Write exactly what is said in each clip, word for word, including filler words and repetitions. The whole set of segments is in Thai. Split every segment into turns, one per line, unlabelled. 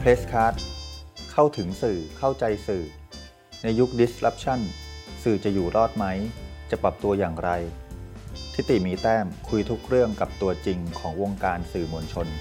Presscard เข้าถึงสื่อเข้าใจสื่อในยุค Disruption สื่อจะอยู่รอดไหมจะปรับตัวอย่างไรทิติมีแต้มคุยทุกเรื่องกับตัวจริงของวงการสื่อมวลชน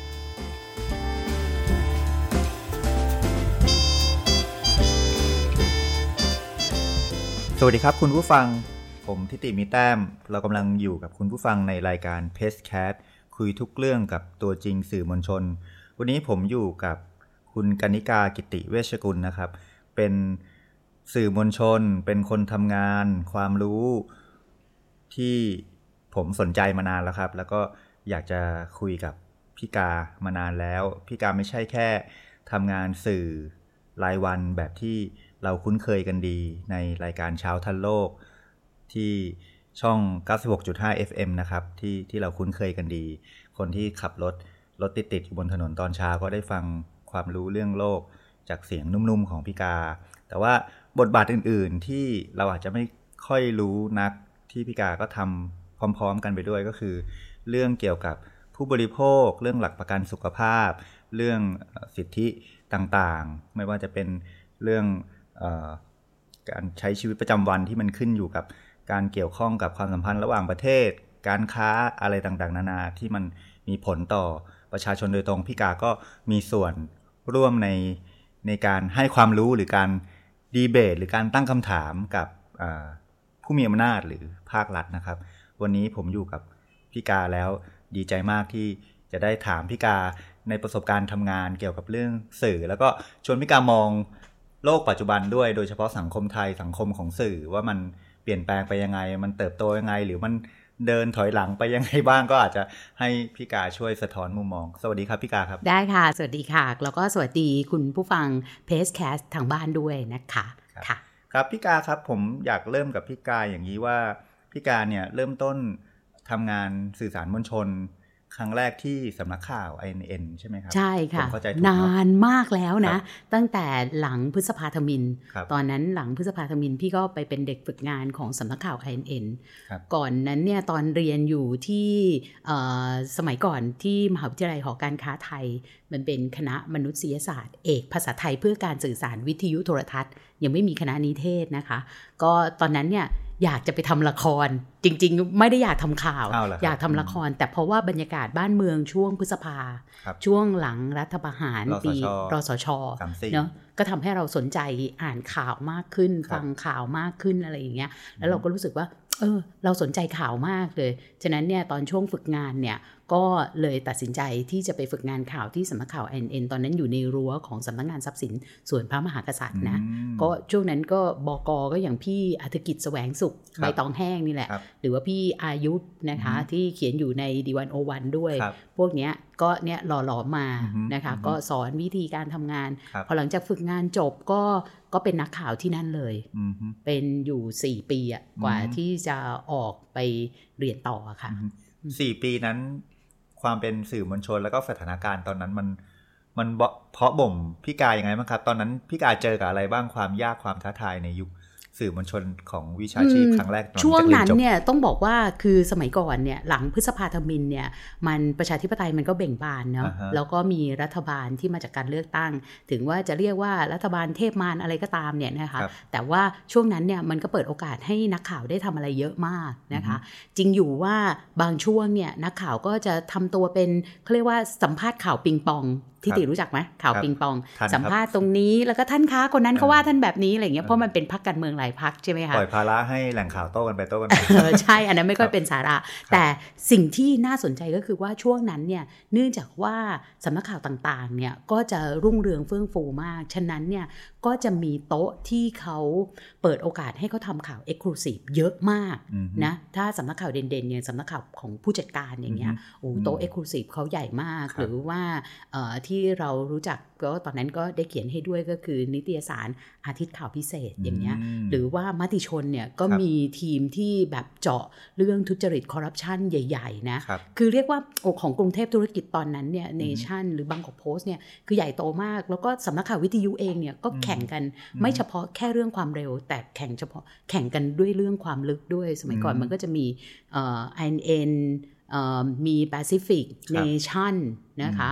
สวัสดีครับคุณผู้ฟังผมทิติมีแต้มเรากำลังอยู่กับคุณผู้ฟังในรายการ Presscard คุยทุกเรื่องกับตัวจริงสื่อมวลชนวันนี้ผมอยู่กับคุณกนิกากิติเวชกุลนะครับเป็นสื่อมวลชนเป็นคนทำงานความรู้ที่ผมสนใจมานานแล้วครับแล้วก็อยากจะคุยกับพี่กามานานแล้วพี่กาไม่ใช่แค่ทำงานสื่อรายวันแบบที่เราคุ้นเคยกันดีในรายการเช้าทันโลกที่ช่อง เก้าสิบหกจุดห้า เอฟ เอ็ม นะครับที่ที่เราคุ้นเคยกันดีคนที่ขับรถรถติดๆอยู่บนถนนตอนเช้าก็ได้ฟังความรู้เรื่องโลกจากเสียงนุ่มๆของพี่กาแต่ว่าบทบาทอื่นๆที่เราอาจจะไม่ค่อยรู้นักที่พี่กาก็ทำพร้อมๆกันไปด้วยก็คือเรื่องเกี่ยวกับผู้บริโภคเรื่องหลักประกันสุขภาพเรื่องสิทธิต่างๆไม่ว่าจะเป็นเรื่องเอ่อการใช้ชีวิตประจำวันที่มันขึ้นอยู่กับการเกี่ยวข้องกับความสัมพันธ์ระหว่างประเทศการค้าอะไรต่างๆนานาที่มันมีผลต่อประชาชนโดยตรงพี่กาก็มีส่วนร่วมในในการให้ความรู้หรือการดีเบตหรือการตั้งคำถามกับผู้มีอำนาจหรือภาครัฐนะครับวันนี้ผมอยู่กับพี่กาแล้วดีใจมากที่จะได้ถามพี่กาในประสบการณ์ทำงานเกี่ยวกับเรื่องสื่อแล้วก็ชวนพี่กามองโลกปัจจุบันด้วยโดยเฉพาะสังคมไทยสังคมของสื่อว่ามันเปลี่ยนแปลงไปยังไงมันเติบโตยังไงหรือมันเดินถอยหลังไปยังไงบ้างก็อาจจะให้พี่กาช่วยสะท้อนมุมมองสวัสดีครับพี่กาครับ
ได้ค่ะสวัสดีค่ะแล้วก็สวัสดีคุณผู้ฟัง Presscast ทางบ้านด้วยนะคะ
ค่ะครับพี่กาครับผมอยากเริ่มกับพี่กาอย่างนี้ว่าพี่กาเนี่ยเริ่มต้นทำงานสื่อสารมวลชนครั้งแรกที่สำนักข่าว ไอ เอ็น เอ็น ใช่ไหมครับ
ใช่ค่ะนานมากแล้วนะตั้งแต่หลังพฤษภาธมิฬตอนนั้นหลังพฤษภาธมิฬพี่ก็ไปเป็นเด็กฝึกงานของสำนักข่าว ไอ เอ็น เอ็น ก่อนนั้นเนี่ยตอนเรียนอยู่ที่สมัยก่อนที่มหาวิทยาลัยหอการค้าไทยมันเป็นคณะมนุษยศาสตร์เอกภาษาไทยเพื่อการสื่อสารวิทยุโทรทัศน์ยังไม่มีคณะนิเทศนะคะก็ตอนนั้นเนี่ยอยากจะไปทำละครจริงๆไม่ได้อยากทำข่าวอยากทำละครแต่เพราะว่าบรรยากาศบ้านเมืองช่วงพฤษภาช่วงหลังรัฐประหารปีรสช.เนาะก็ทำให้เราสนใจอ่านข่าวมากขึ้นฟังข่าวมากขึ้นอะไรอย่างเงี้ยแล้วเราก็รู้สึกว่าเออเราสนใจข่าวมากเลยฉะนั้นเนี่ยตอนช่วงฝึกงานเนี่ยก็เลยตัดสินใจที่จะไปฝึกงานข่าวที่สำนักข่าว ไอ เอ็น เอ็น ตอนนั้นอยู่ในรั้วของสำนักงานทรัพย์สินส่วนพระมหากษัตริย์นะก็ช่วงนั้นก็บก.ก็อย่างพี่อธิกิจแสวงสุขใบตองแห้งนี่แหละหรือว่าพี่อายุนะคะที่เขียนอยู่ในดีวันโอวันด้วยพวกเนี้ยก็เนี่ยหล่อหลอมมานะคะก็สอนวิธีการทำงานพอหลังจากฝึกงานจบก็ก็เป็นนักข่าวที่นั่นเลยเป็นอยู่สี่ปีอ่ะกว่าที่จะออกไปเรียนต่อค่ะ
สี่ปีนั้นความเป็นสื่อมวลชนแล้วก็สถานการณ์ตอนนั้นมันมันเพาะบ่มพี่กายังไงบ้างครับตอนนั้นพี่กาเจอกับอะไรบ้างความยากความท้าทายในยุคสื่อมวลชนของวิชาชีพครั้งแรก
ช่วงนั้นเนี่ยต้องบอกว่าคือสมัยก่อนเนี่ยหลังพฤษภาธมิฬเนี่ยมันประชาธิปไตยมันก็เบ่งบานเนาะ uh-huh. แล้วก็มีรัฐบาลที่มาจากการเลือกตั้งถึงว่าจะเรียกว่ารัฐบาลเทพมารอะไรก็ตามเนี่ยนะคะแต่ว่าช่วงนั้นเนี่ยมันก็เปิดโอกาสให้นักข่าวได้ทำอะไรเยอะมากนะคะ uh-huh. จริงอยู่ว่าบางช่วงเนี่ยนักข่าวก็จะทำตัวเป็นเขาเรียกว่าสัมภาษณ์ข่าวปิงปองที่ติรู้จักไหมข่าวปิงปองสัมภาษณ์ตรงนี้แล้วก็ท่านค้าคนนั้นเขาว่าท่านแบบนี้อะไรเงี้ยเพราะมันเป็นพรรคการเมืองหลายพรรคใช่ไหมคะ
ปล่อยภาระให้แหล่งข่าวโต้กันไปโต้กันมา
ใช่อันนั้นไม่ค่อยเป็นสาระแต่สิ่งที่น่าสนใจก็คือว่าช่วงนั้นเนี่ยเนื่องจากว่าสำนักข่าวต่างๆเนี่ยก็จะรุ่งเรืองเฟื่องฟูมากฉะนั้นเนี่ยก็จะมีโต๊ะที่เขาเปิดโอกาสให้เขาทำข่าว Exclusive เยอะมากนะถ้าสำนักข่าวเด่นๆอย่างสำนักข่าวของผู้จัดการอย่างเงี้ยโอ้โต๊ะ Exclusive เขาใหญ่มากหรือว่าที่เรารู้จักก็ตอนนั้นก็ได้เขียนให้ด้วยก็คือนิตยสารอาทิตย์ข่าวพิเศษอย่างเงี้ยหรือว่ามติชนเนี่ยก็มีทีมที่แบบเจาะเรื่องทุจริตคอร์รัปชันใหญ่ๆนะ ค, คือเรียกว่าโอ้ของกรุงเทพธุรกิจตอนนั้นเนี่ยเนชั่นหรือบางกอกโพสต์เนี่ยคือใหญ่โตมากแล้วก็สำนักข่าววิทยุเองเนี่ยก็แข่งกันไม่เฉพาะแค่เรื่องความเร็วแต่แข่งเฉพาะแข่งกันด้วยเรื่องความลึกด้วยสมัยก่อนมันก็จะมีเอ่อ ไอ เอ็น เอ็น เอ่อมี Pacific Nation นะคะ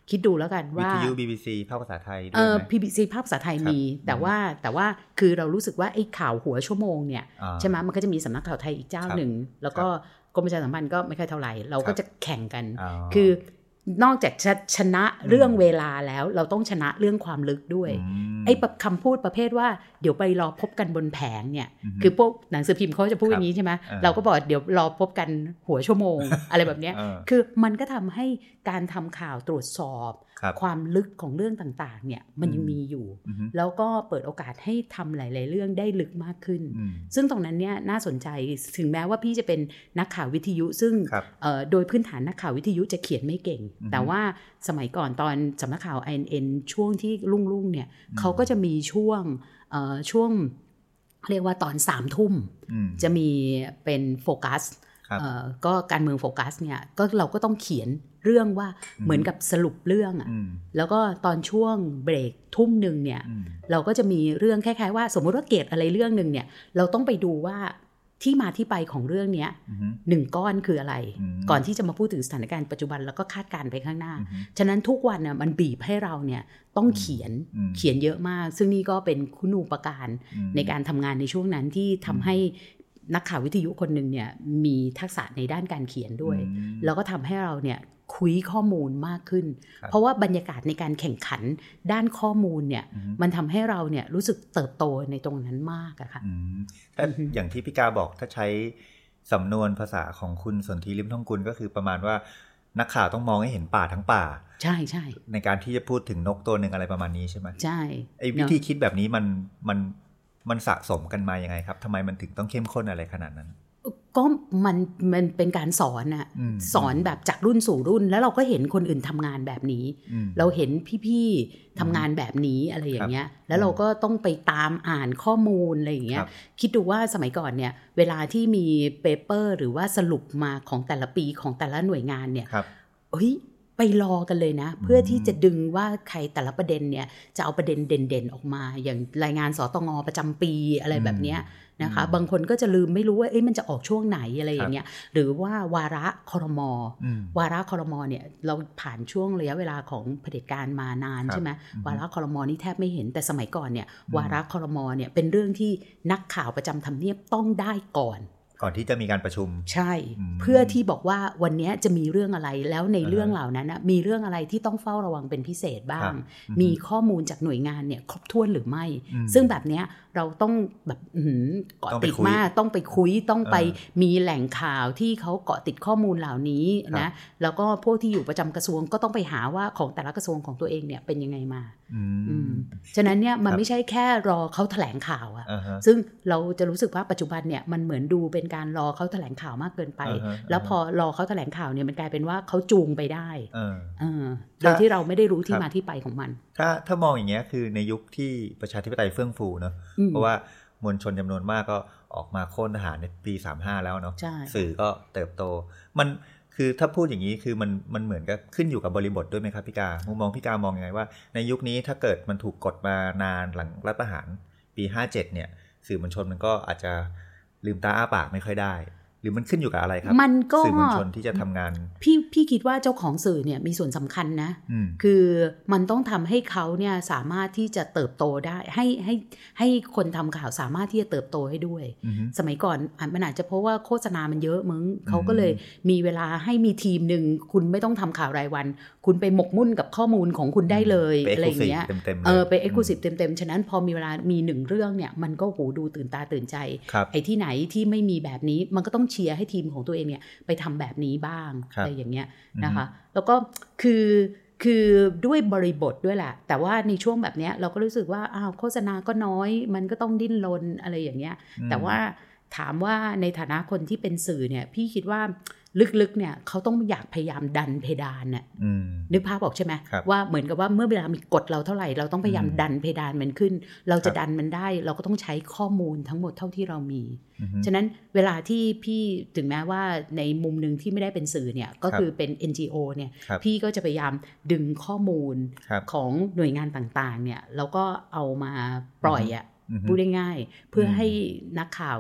คิดดูแล้วกันว่า
วิทยุ บี บี ซี ภาคภาษาไทยด้วยไหม
เออ บี บี ซี ภาคภาษาไทยมีแต่ว่าแต่ว่าคือเรารู้สึกว่าไอ้ข่าวหัวชั่วโมงเนี่ยใช่ไหมมันก็จะมีสำนักข่าวไทยอีกเจ้าหนึ่งแล้วก็กรมประชาสัมพันธ์ก็ไม่ค่อยเท่าไหร่เราก็จะแข่งกันคือนอกจากชนะเรื่องเวลาแล้วเราต้องชนะเรื่องความลึกด้วยไอ้คำพูดประเภทว่าเดี๋ยวไปรอพบกันบนแผงเนี่ยคือพวกหนังสือพิมพ์เขาจะพูดอย่างนี้ใช่ไหมเราก็บอกเดี๋ยวรอพบกันหัวชั่วโมง อะไรแบบนี้คือมันก็ทำให้การทำข่าวตรวจสอบความลึกของเรื่องต่างๆเนี่ยมันยังมีอยู่แล้วก็เปิดโอกาสให้ทำหลายๆเรื่องได้ลึกมากขึ้นซึ่งตรงนั้นเนี่ยน่าสนใจถึงแม้ว่าพี่จะเป็นนักข่าววิทยุซึ่งโดยพื้นฐานนักข่าววิทยุจะเขียนไม่เก่งแต่ว่าสมัยก่อนตอนสำนักข่าว ไอ เอ็น เอ็น ช่วงที่รุ่งๆเนี่ยเขาก็จะมีช่วงช่วงเรียกว่าตอนสามทุ่มจะมีเป็นโฟกัสก็การเมืองโฟกัสเนี่ยก็เราก็ต้องเขียนเรื่องว่าเหมือนกับสรุปเรื่องอ่ะแล้วก็ตอนช่วงเบรกทุ่มหนึ่งเนี่ยเราก็จะมีเรื่องคล้ายๆว่าสมมติว่าเกตอะไรเรื่องนึงเนี่ยเราต้องไปดูว่าที่มาที่ไปของเรื่องนี้หนึ่งก้อนคืออะไรก่อนที่จะมาพูดถึงสถานการณ์ปัจจุบันแล้วก็คาดการณ์ไปข้างหน้าฉะนั้นทุกวันน่ะมันบีบให้เราเนี่ยต้องเขียนเขียนเยอะมากซึ่งนี่ก็เป็นคุณูปการในการทำงานในช่วงนั้นที่ทำให้นักข่าววิทยุคนหนึ่งเนี่ยมีทักษะในด้านการเขียนด้วยแล้วก็ทำให้เราเนี่ยคุยข้อมูลมากขึ้นเพราะว่าบรรยากาศในการแข่งขันด้านข้อมูลเนี่ยมันทำให้เราเนี่ยรู้สึกเติบโตในตรงนั้นมากอะค่ะ
ถ้าอย่างที่พี่กาบอกถ้าใช้สำนวนภาษาของคุณสนธิริมทองกุลก็คือประมาณว่านักข่าวต้องมองให้เห็นป่าทั้งป่า
ใช่ใช่
ในการที่จะพูดถึงนกตัวหนึ่งอะไรประมาณนี้ใช่ไหม
ใช่
ไอ้วิธีคิดแบบนี้มันมันมันสะสมกันมายังไงครับทำไมมันถึงต้องเข้มข้นอะไรขนาดนั้น
ก็มันมันเป็นการสอนอะสอนแบบจากรุ่นสู่รุ่นแล้วเราก็เห็นคนอื่นทำงานแบบนี้เราเห็นพี่ๆทำงานแบบนี้อะไรอย่างเงี้ยแล้วเราก็ต้องไปตามอ่านข้อมูลอะไรอย่างเงี้ยคิดดูว่าสมัยก่อนเนี่ยเวลาที่มีเปเปอร์หรือว่าสรุปมาของแต่ละปีของแต่ละหน่วยงานเนี่ยเฮ้ยไปรอกันเลยนะเพื่อที่จะดึงว่าใครแต่ละประเด็นเนี่ยจะเอาประเด็นเด่นๆออกมาอย่างรายงานสตงประจำปีอะไรแบบเนี้ยนะคะบางคนก็จะลืมไม่รู้ว่าเอ๊ะมันจะออกช่วงไหนอะไรอย่างเงี้ยหรือว่าวาระครม.วาระครม.เนี่ยเราผ่านช่วงระยะเวลาของเผด็จการมานานใช่ไหมวาระครม.นี่แทบไม่เห็นแต่สมัยก่อนเนี่ยวาระครม.เนี่ยเป็นเรื่องที่นักข่าวประจำทำเนียบต้องได้ก่อน
ก่อนที่จะมีการประชุม
ใช่เพื่อที่บอกว่าวันนี้จะมีเรื่องอะไรแล้วในเรื่องเหล่านั้นนะมีเรื่องอะไรที่ต้องเฝ้าระวังเป็นพิเศษบ้างมีข้อมูลจากหน่วยงานเนี่ยครบถ้วนหรือไม่ซึ่งแบบเนี้ยเราต้องแบบเกาะติดมากต้องไปคุยต้องไปมีแหล่งข่าวที่เขาเกาะติดข้อมูลเหล่านี้นะแล้วก็พวกที่อยู่ประจำกระทรวงก็ต้องไปหาว่าของแต่ละกระทรวงของตัวเองเนี่ยเป็นยังไงมาฉะนั้นเนี่ยมันไม่ใช่แค่รอเขาแถลงข่าวอะซึ่งเราจะรู้สึกว่าปัจจุบันเนี่ยมันเหมือนดูเป็นการรอเขาแถลงข่าวมากเกินไป uh-huh. แล้วพอรอเขาแถลงข่าวเนี่ยมันกลายเป็นว่าเขาจูงไปได้ uh-huh. เออโดยที่เราไม่ได้รู้ที่มาที่ไปของมัน
ถ้าถ้ามองอย่างเงี้ยคือในยุคที่ประชาธิปไตยเฟื่องฟูเนาะเพราะว่ามวลชนจำนวนมากก็ออกมาโค่นทหารในปีสามสิบห้าแล้วเนาะสื่อก็เติบโตมันคือถ้าพูดอย่างนี้คือมันมันเหมือนกับขึ้นอยู่กับบริบทด้วยไหมครับพี่กามุมมองพี่กามองยังไงว่าในยุคนี้ถ้าเกิดมันถูกกดมานานหลังรัฐประหารปีห้าสิบเจ็ดเนี่ยสื่อมวลชนมันก็อาจจะลืมตาอ้าปากไม่ค่อยได้หรือมันขึ้นอยู่กับอะไรครับสื่อมวลชนที่จะทำงาน
พี่พี่คิดว่าเจ้าของสื่อเนี่ยมีส่วนสำคัญนะคือมันต้องทำให้เขาเนี่ยสามารถที่จะเติบโตได้ให้ให้ให้คนทำข่าวสามารถที่จะเติบโตให้ด้วยสมัยก่อนมันอาจจะเพราะว่าโฆษณามันเยอะมึงเขาก็เลยมีเวลาให้มีทีมหนึ่งคุณไม่ต้องทำข่าวรายวันคุณไปหมกมุ่นกับข้อมูลของคุณได้เลยอะไรอย่างเงี้ยเออไปเอ็กซ์คลูซีฟเต็มๆฉะนั้นพอมีเวลามีหนึ่งเรื่องเนี่ยมันก็โหดูตื่นตาตื่นใจไอ้ที่ไหนที่ไม่มีแบบนี้มันก็ต้องเชียร์ให้ทีมของตัวเองเนี่ยไปทำแบบนี้บ้างอะไรอย่างเงี้ยนะคะแล้วก็คือคือด้วยบริบทด้วยแหละแต่ว่าในช่วงแบบเนี้ยเราก็รู้สึกว่าอ้าวโฆษณาก็น้อยมันก็ต้องดิ้นรนอะไรอย่างเงี้ยแต่ว่าถามว่าในฐานะคนที่เป็นสื่อเนี่ยพี่คิดว่าลึกๆเนี่ยเขาต้องอยากพยายามดันเพดานน่ะนึกภาพออกใช่ไหมว่าเหมือนกับว่าเมื่อเวลามีกดเราเท่าไหร่เราต้องพยายามดันเพดานมันขึ้นเราจะดันมันได้เราก็ต้องใช้ข้อมูลทั้งหมดเท่าที่เรามีฉะนั้นเวลาที่พี่ถึงแม้ว่าในมุมนึงที่ไม่ได้เป็นสื่อเนี่ยก็คือเป็น เอ็น จี โอ เนี่ยพี่ก็จะพยายามดึงข้อมูลของหน่วยงานต่างๆเนี่ยแล้วก็เอามาปล่อยอ่ะพูดง่ายๆเพื่อให้นักข่าว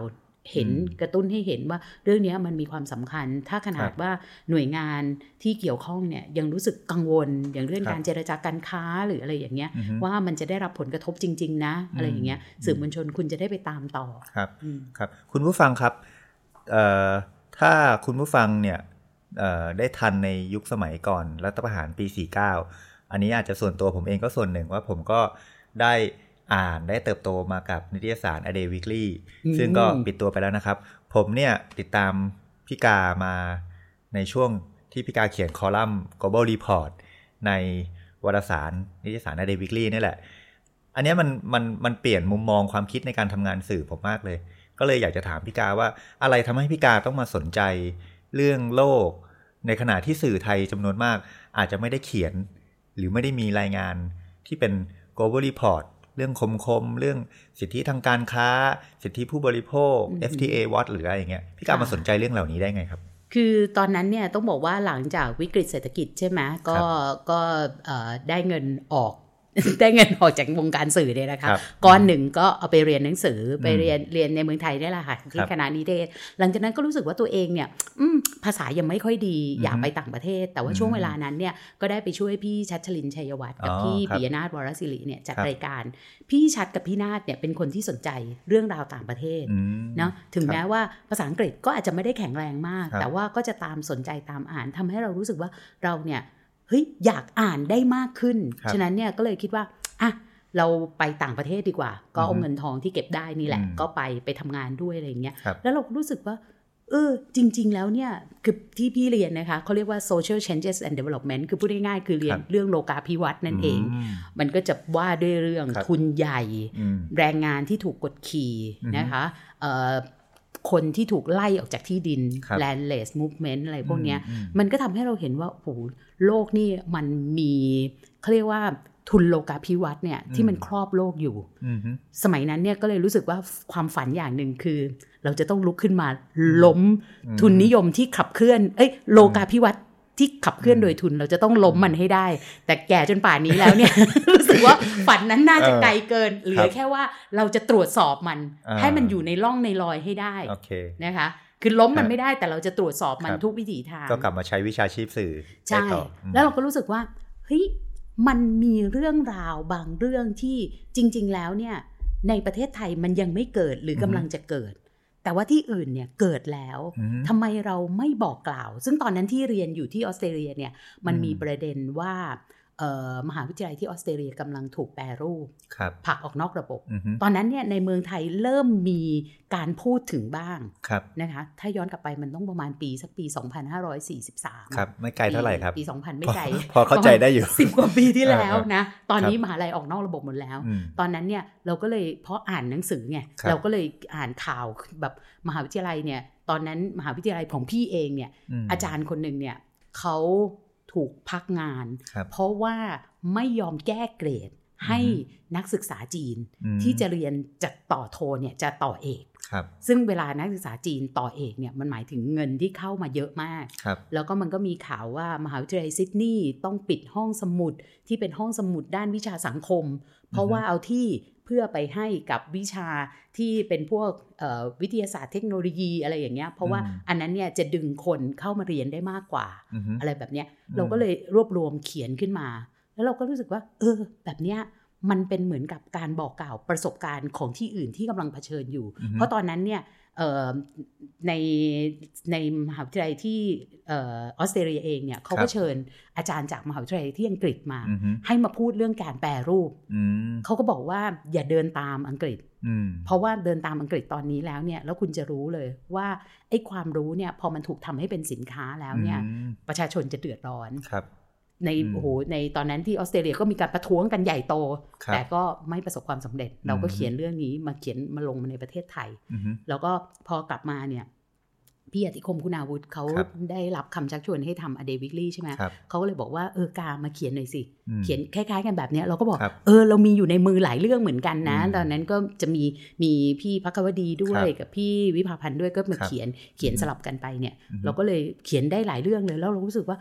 เห็นกระตุ้นให้เห็นว่าเรื่องนี้มันมีความสำคัญถ้าขนาดว่าหน่วยงานที่เกี่ยวข้องเนี่ยยังรู้สึกกังวลอย่างเรื่องการเจรจาการค้าหรืออะไรอย่างเงี้ยว่ามันจะได้รับผลกระทบจริงๆนะอะไรอย่างเงี้ยสื่อมวลชนคุณจะได้ไปตามต่อ
ครับครับคุณผู้ฟังครับถ้าคุณผู้ฟังเนี่ยได้ทันในยุคสมัยก่อนรัฐประหารปีสี่สิบเก้าอันนี้อาจจะส่วนตัวผมเองก็ส่วนหนึ่งว่าผมก็ได้อ่านได้เติบโตมากับนิตยสาร A Day Weekly ซึ่งก็ปิดตัวไปแล้วนะครับผมเนี่ยติดตามพี่กามาในช่วงที่พี่กาเขียนคอลัมน์ Global Report ในวารสารนิตยสาร A Day Weekly นี่แหละอันนี้มันมันมันเปลี่ยนมุมมองความคิดในการทำงานสื่อผมมากเลยก็เลยอยากจะถามพี่กาว่าอะไรทำให้พี่กาต้องมาสนใจเรื่องโลกในขณะที่สื่อไทยจำนวนมากอาจจะไม่ได้เขียนหรือไม่ได้มีรายงานที่เป็น Global Report เรื่องคมๆเรื่องสิทธิทางการค้าสิทธิผู้บริโภค เอฟ ที เอ Watch หรืออะไรอย่างเงี้ยพี่กามาสนใจเรื่องเหล่านี้ได้ไงครับ
คือตอนนั้นเนี่ยต้องบอกว่าหลังจากวิกฤตเศรษฐกิจใช่ไหมก็ก็ได้เงินออกได้เงินออกจากวงการสื่อเนี่ยนะคะก้อนหนึ่งก็เอาไปเรียนหนังสือไปเรียนเรียนในเมืองไทยนี่แหละค่ะที่คณะนิเทศหลังจากนั้นก็รู้สึกว่าตัวเองเนี่ยภาษายังไม่ค่อยดีอยากไปต่างประเทศแต่ว่าช่วงเวลานั้นเนี่ยก็ได้ไปช่วยพี่ชัชลินชัยวัฒน์กับพี่ปิยนาถวรศิริเนี่ยจัดรายการพี่ชัดกับพี่นาถเนี่ยเป็นคนที่สนใจเรื่องราวต่างประเทศเนาะถึงแม้ว่าภาษาอังกฤษก็อาจจะไม่ได้แข็งแรงมากแต่ว่าก็จะตามสนใจตามอ่านทำให้เรารู้สึกว่าเราเนี่ยเฮ้ยอยากอ่านได้มากขึ้นฉะนั้นเนี่ยก็เลยคิดว่าอ่ะเราไปต่างประเทศดีกว่าก็เอาเงินทองที่เก็บได้นี่แหละก็ไปไปทำงานด้วยอะไรอย่างเงี้ยแล้วเรารู้สึกว่าเออจริงๆแล้วเนี่ยคือที่พี่เรียนนะคะเขาเรียกว่า social changes and development คือพูดง่ายๆคือเรียนเรื่องโลกาภิวัตน์นั่นเองมันก็จะว่าด้วยเรื่องทุนใหญ่แรงงานที่ถูกกดขี่นะคะคนที่ถูกไล่ออกจากที่ดิน landless movement อะไรพวกนี้มันก็ทำให้เราเห็นว่าโอ้โหโลกนี่มันมีเขาเรียกว่าทุนโลกาภิวัตน์เนี่ยที่มันครอบโลกอยู่สมัยนั้นเนี่ยก็เลยรู้สึกว่าความฝันอย่างหนึ่งคือเราจะต้องลุกขึ้นมาล้มทุนนิยมที่ขับเคลื่อนเอ้ยโลกาภิวัตน์ที่ขับเคลื่อนโดยทุนเราจะต้องล้มมันให้ได้แต่แก่จนป่านนี้แล้วเนี่ย รู้สึกว่าฝันนั้นน่าจะไกลเกินเหลือแค่ว่าเราจะตรวจสอบมันให้มันอยู่ในร่องในรอยให้ได้นะคะคือล้มมันไม่ได้แต่เราจะตรวจสอบมันทุกวิถีทาง
ก็กลับมาใช้วิชาชีพสื่อ
ใช่แล้วเราก็รู้สึกว่าเฮ้ยมันมีเรื่องราวบางเรื่องที่จริงๆแล้วเนี่ยในประเทศไทยมันยังไม่เกิดหรือกำลังจะเกิดแต่ว่าที่อื่นเนี่ยเกิดแล้วทำไมเราไม่บอกกล่าวซึ่งตอนนั้นที่เรียนอยู่ที่ออสเตรเลียเนี่ยมันมีประเด็นว่ามหาวิทยาลัยที่ออสเตรเลียกำลังถูกแปรรูปผลักออกนอกระบบตอนนั้นเนี่ยในเมืองไทยเริ่มมีการพูดถึงบ้างนะคะถ้าย้อนกลับไปมันต้องประมาณปีสักปีสองพันห้าร้อยสี่สิบสาม
ครับไม่ไกลเท่าไหร่ครับ
ปีสองพันไม่ไกล
พอเข้าใจได้อยู่
สิบกว่าปีที่แล้วนะตอนนี้มหาลัยออกนอกระบบหมดแล้วตอนนั้นเนี่ยเราก็เลยเพราะอ่านหนังสือไงเราก็เลยอ่านข่าวแบบมหาวิทยาลัยเนี่ยตอนนั้นมหาวิทยาลัยของพี่เองเนี่ยอาจารย์คนนึงเนี่ยเขาถูกพักงานเพราะว่าไม่ยอมแก้เกรดให้นักศึกษาจีนที่จะเรียนจากต่อโทเนี่ยจะต่อเอกซึ่งเวลานักศึกษาจีนต่อเอกเนี่ยมันหมายถึงเงินที่เข้ามาเยอะมากแล้วก็มันก็มีข่าวว่ามหาวิทยาลัยซิดนีย์ต้องปิดห้องสมุดที่เป็นห้องสมุดด้านวิชาสังคมเพราะว่าเอาที่เพื่อไปให้กับวิชาที่เป็นพวกวิทยาศาสตร์เทคโนโลยีอะไรอย่างเงี้ยเพราะว่าอันนั้นเนี่ยจะดึงคนเข้ามาเรียนได้มากกว่า uh-huh. อะไรแบบเนี้ยเราก็เลยรวบรวมเขียนขึ้นมาแล้วเราก็รู้สึกว่าเออแบบเนี้ยมันเป็นเหมือนกับการบอกกล่าวประสบการณ์ของที่อื่นที่กำลังเผชิญอยู่ uh-huh. เพราะตอนนั้นเนี่ยในในมหาวิทยาลัยที่ออสเตรเลียเองเนี่ยเขาก็เชิญอาจารย์จากมหาวิทยาลัยที่อังกฤษมา uh-huh. ให้มาพูดเรื่องการแปรรูป uh-huh. เขาก็บอกว่าอย่าเดินตามอังกฤษ uh-huh. เพราะว่าเดินตามอังกฤษตอนนี้แล้วเนี่ยแล้วคุณจะรู้เลยว่าไอ้ความรู้เนี่ยพอมันถูกทำให้เป็นสินค้าแล้วเนี่ย uh-huh. ประชาชนจะเดือดร้อนในโอ้โหในตอนนั้นที่ออสเตรเลียก็มีการประท้วงกันใหญ่โตแต่ก็ไม่ประสบความสำเร็จเราก็เขียนเรื่องนี้มาเขียนมาลงมาในประเทศไทยแล้วก็พอกลับมาเนี่ยพี่อธิคมคุณาวุฒิเขาได้รับคำชักชวนให้ทำ A Day Weekly ใช่ไหมเขาก็เลยบอกว่าเออกามาเขียนหน่อยสิเขียนคล้ายๆกันแบบนี้เราก็บอกเออเรามีอยู่ในมือหลายเรื่องเหมือนกันนะตอนนั้นก็จะมีมีพี่ภักวดีด้วยกับพี่วิภาพันธ์ด้วยก็มาเขียนเขียนสลับกันไปเนี่ยเราก็เลยเขียนได้หลายเรื่องเลยแล้วเรารู้สึกว่า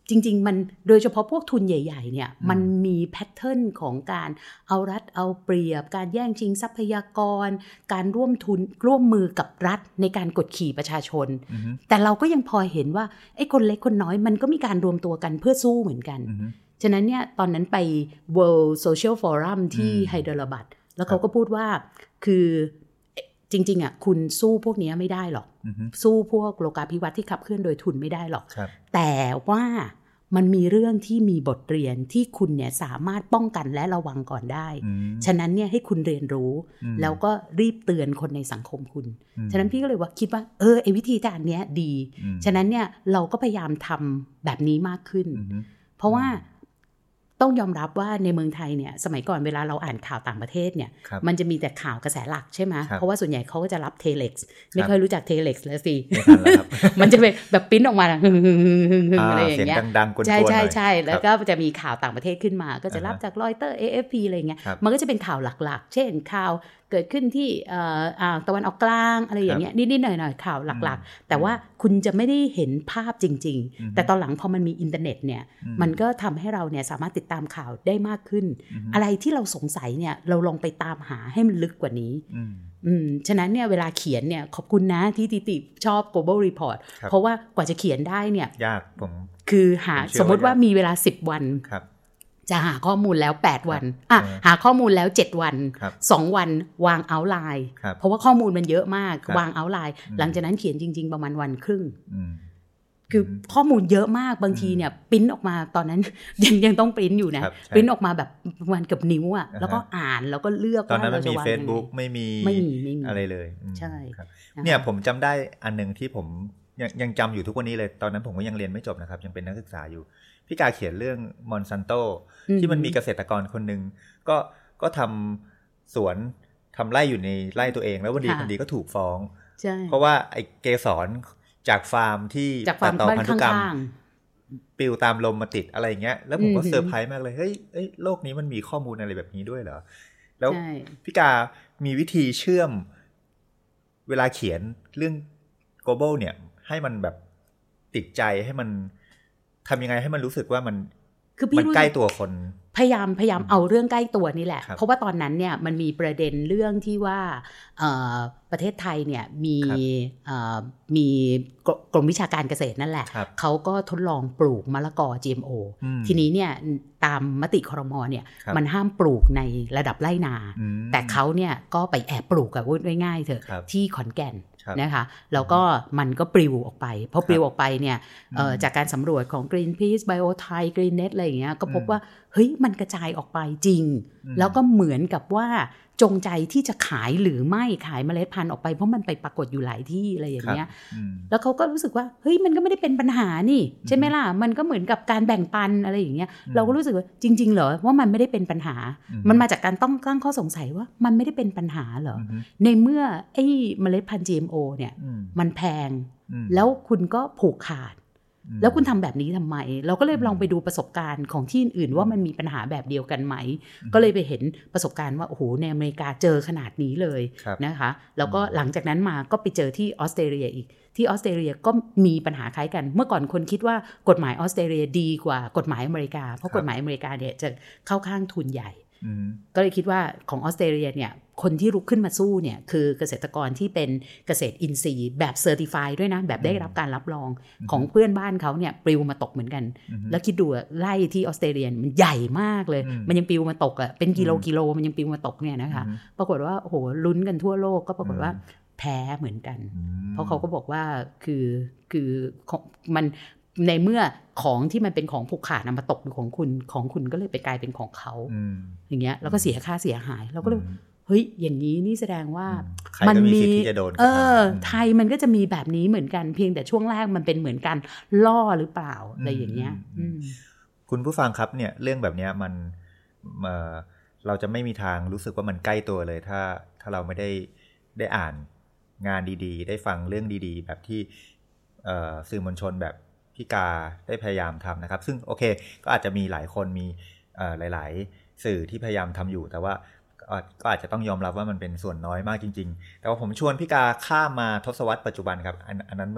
จริงๆมันโดยเฉพาะพวกทุนใหญ่ๆเนี่ยมันมีแพทเทิร์นของการเอารัฐเอาเปรียบการแย่งชิงทรัพยากรการร่วมทุนร่วมมือกับรัฐในการกดขี่ประชาชน mm-hmm. แต่เราก็ยังพอเห็นว่าไอ้คนเล็กคนน้อยมันก็มีการรวมตัวกันเพื่อสู้เหมือนกัน mm-hmm. ฉะนั้นเนี่ยตอนนั้นไป World Social Forum ที่ไฮเดรบัดแล้วเขาก็พูดว่าคือจริงๆอ่ะคุณสู้พวกนี้ไม่ได้หรอก mm-hmm. สู้พวกโลกาภิวัตน์ที่ขับเคลื่อนโดยทุนไม่ได้หรอกแต่ว่ามันมีเรื่องที่มีบทเรียนที่คุณเนี่ยสามารถป้องกันและระวังก่อนได้ mm-hmm. ฉะนั้นเนี่ยให้คุณเรียนรู้ mm-hmm. แล้วก็รีบเตือนคนในสังคมคุณ mm-hmm. ฉะนั้นพี่ก็เลยว่าคิดว่าเออไอ้วิธีการเนี้ยดี mm-hmm. ฉะนั้นเนี่ยเราก็พยายามทำแบบนี้มากขึ้น mm-hmm. เพราะว่าต้องยอมรับว่าในเมืองไทยเนี่ยสมัยก่อนเวลาเราอ่านข่าวต่างประเทศเนี่ยมันจะมีแต่ข่าวกระแสหลักใช่ไหมเพราะว่าส่วนใหญ่เขาก็จะรับเทเล็กซ์ไม่ค่อยรู้จักเทเล็กซ์แล้วสิ มันจะเป็นแบบปริ้นออกมาหึ่งๆอะไรอย่างเงี้ยใช่ใช่ใช่แล้วก็จะมีข่าวต่างประเทศขึ้นมาก็จะรับจากรอยเตอร์ เอ เอฟ พี อะไรเงี้ยมันก็จะเป็นข่าวหลักๆเช่นข่าวเกิดขึ้นที่ตะวันออกกลางอะไรอย่างเงี้ยนิดๆหน่อยๆข่าวหลักๆแต่ว่าคุณจะไม่ได้เห็นภาพจริงๆแต่ตอนหลังพอมันมีอินเทอร์เน็ตเนี่ยมันก็ทำให้เราเนี่ยสามารถติดตามข่าวได้มากขึ้นอะไรที่เราสงสัยเนี่ยเราลองไปตามหาให้มันลึกกว่านี้อืมฉะนั้นเนี่ยเวลาเขียนเนี่ยขอบคุณนะที่ติติชอบ Global Report เพราะว่ากว่าจะเขียนได้เนี่ย
ยากผม
คือหาสมมติว่ามีเวลาสิบวันจะหาข้อมูลแล้วแปดวันอ่ะหาข้อมูลแล้วเจ็ดวันสองวันวางเอาท์ไลน์เพราะว่าข้อมูลมันเยอะมากวางเอาท์ไลน์หลังจากนั้นเขียนจริงๆประมาณวันครึ่งคือข้อมูลเยอะมากบางทีเนี่ยปริ้นออกมาตอนนั้นยังยังต้องปริ้นอยู่นะปริ้นออกมาแบบประมาณเกือบนิ้วอ่ะแล้วก็อ่านแล้วก็เลือก
ว่าเราจะวางตอนนั้นไม่มี Facebook ไม่มีอะไรเลย
ใช่
เนี่ยผมจำได้อันนึงที่ผมยังยังจำอยู่ทุกวันนี้เลยตอนนั้นผมก็ยังเรียนไม่จบนะครับยังเป็นนักศึกษาอยู่พี่กาเขียนเรื่องมอนซันโตที่มันมีเกษตรกรคนหนึ่งก็ก็ทำสวนทำไร่อยู่ในไร่ตัวเองแล้ววันดีวันดีก็ถูกฟ้องเพราะว่าไอ้เกสรจากฟาร์มที่
ตัด
ต่อ
พั
นธุกรรมปลิวตามลมมาติดอะไรอย่างเงี้ยแล้วผมก็เซอร์ไพรส์มากเลยเฮ้ยเอ้ยโลกนี้มันมีข้อมูลอะไรแบบนี้ด้วยเหรอแล้วพี่กามีวิธีเชื่อมเวลาเขียนเรื่อง global เนี่ยให้มันแบบติดใจให้มันทำยังไงให้มันรู้สึกว่ามันมันใกล้ตัวคน
พยายามพยายามเอาเรื่องใกล้ตัวนี่แหละเพราะว่าตอนนั้นเนี่ยมันมีประเด็นเรื่องที่ว่าประเทศไทยเนี่ยมีมีกรมวิชาการเกษตรนั่นแหละเขาก็ทดลองปลูกมะละกอ จี เอ็ม โอ ทีนี้เนี่ยตามมติครม.เนี่ยมันห้ามปลูกในระดับไร่นาแต่เขาเนี่ยก็ไปแอบปลูกกับพูดง่ายๆเถอะที่ขอนแก่นนะคะแล้วก็มันก็ปลิวออกไปพอปลิวออกไปเนี่ยจากการสำรวจของ Greenpeace Biothai Greennet อะไรอย่างเงี้ยก็พบว่าเฮ้ยมันกระจายออกไปจริงแล้วก็เหมือนกับว่าจงใจที่จะขายหรือไม่ขายเมล็ดพันธุ์ออกไปเพราะมันไปปรากฏอยู่หลายที่อะไรอย่างเงี้ยแล้วเขาก็รู้สึกว่าเฮ้ยมันก็ไม่ได้เป็นปัญหานี่ใช่ไหมล่ะมันก็เหมือนกับการแบ่งปันอะไรอย่างเงี้ยเราก็รู้สึกว่าจริงๆเหรอว่ามันไม่ได้เป็นปัญหามันมาจากการต้องตั้งข้อสงสัยว่ามันไม่ได้เป็นปัญหาเหรอในเมื่อไอ้เมล็ดพันธุ์ จี เอ็ม โอ เนี่ยมันแพงแล้วคุณก็ผูกขาดแล้วคุณทำแบบนี้ทำไมเราก็เลยลองไปดูประสบการณ์ของที่อื่นว่ามันมีปัญหาแบบเดียวกันไหมก็เลยไปเห็นประสบการณ์ว่าโอ้โหในอเมริกาเจอขนาดนี้เลยนะคะแล้วก็หลังจากนั้นมาก็ไปเจอที่ออสเตรเลียอีกที่ออสเตรเลียก็มีปัญหาคล้ายกันเมื่อก่อนคนคิดว่ากฎหมายออสเตรเลียดีกว่ากฎหมายอเมริกาเพราะกฎหมายอเมริกาเนี่ยจะเข้าข้างทุนใหญ่ก็เลยคิดว่าของออสเตรเลียเนี่ยคนที่ลุกขึ้นมาสู้เนี่ยคือเกษตรกรที่เป็นเกษตรอินทรีย์แบบเซอร์ติฟายด้วยนะแบบได้รับการรับรองของเพื่อนบ้านเขาเนี่ยปลิวมาตกเหมือนกันแล้วคิดดูไร่ที่ออสเตรเลียมันใหญ่มากเลยมันยังปลิวมาตกอ่ะเป็นกิโลกิโลมันยังปลิวมาตกเนี่ยนะคะปรากฏว่าโอ้โหลุ้นกันทั่วโลกก็ปรากฏว่าแพ้เหมือนกันเพราะเขาก็บอกว่าคือคือมันในเมื่อของที่มันเป็นของผูกขาดนำมาตกอยู่ของคุณของคุณก็เลยไปกลายเป็นของเขาอย่างเงี้ยแล้วก็เสียค่าเสียหายเราก็เลยเฮ้ยอย่างนี้นี่แสดงว่ามันมีเออไทยมันก็จะมีแบบนี้เหมือนกันเพียงแต่ช่วงแรกมันเป็นเหมือนกันล่อหรือเปล่าอะไรอย่างเงี้ย
คุณผู้ฟังครับเนี่ยเรื่องแบบนี้มันเอ่อเราจะไม่มีทางรู้สึกว่ามันใกล้ตัวเลยถ้าถ้าเราไม่ได้ได้อ่านงานดีๆได้ฟังเรื่องดีๆแบบที่สื่อมวลชนแบบพี่กาได้พยายามทำนะครับซึ่งโอเคก็อาจจะมีหลายคนมีหลายๆสื่อที่พยายามทำอยู่แต่ว่าก็อาจจะต้องยอมรับว่ามันเป็นส่วนน้อยมากจริงๆแต่ว่าผมชวนพี่กาข้ามมาทศวรรษปัจจุบันครับ อัน, อันนั้นเมื่อ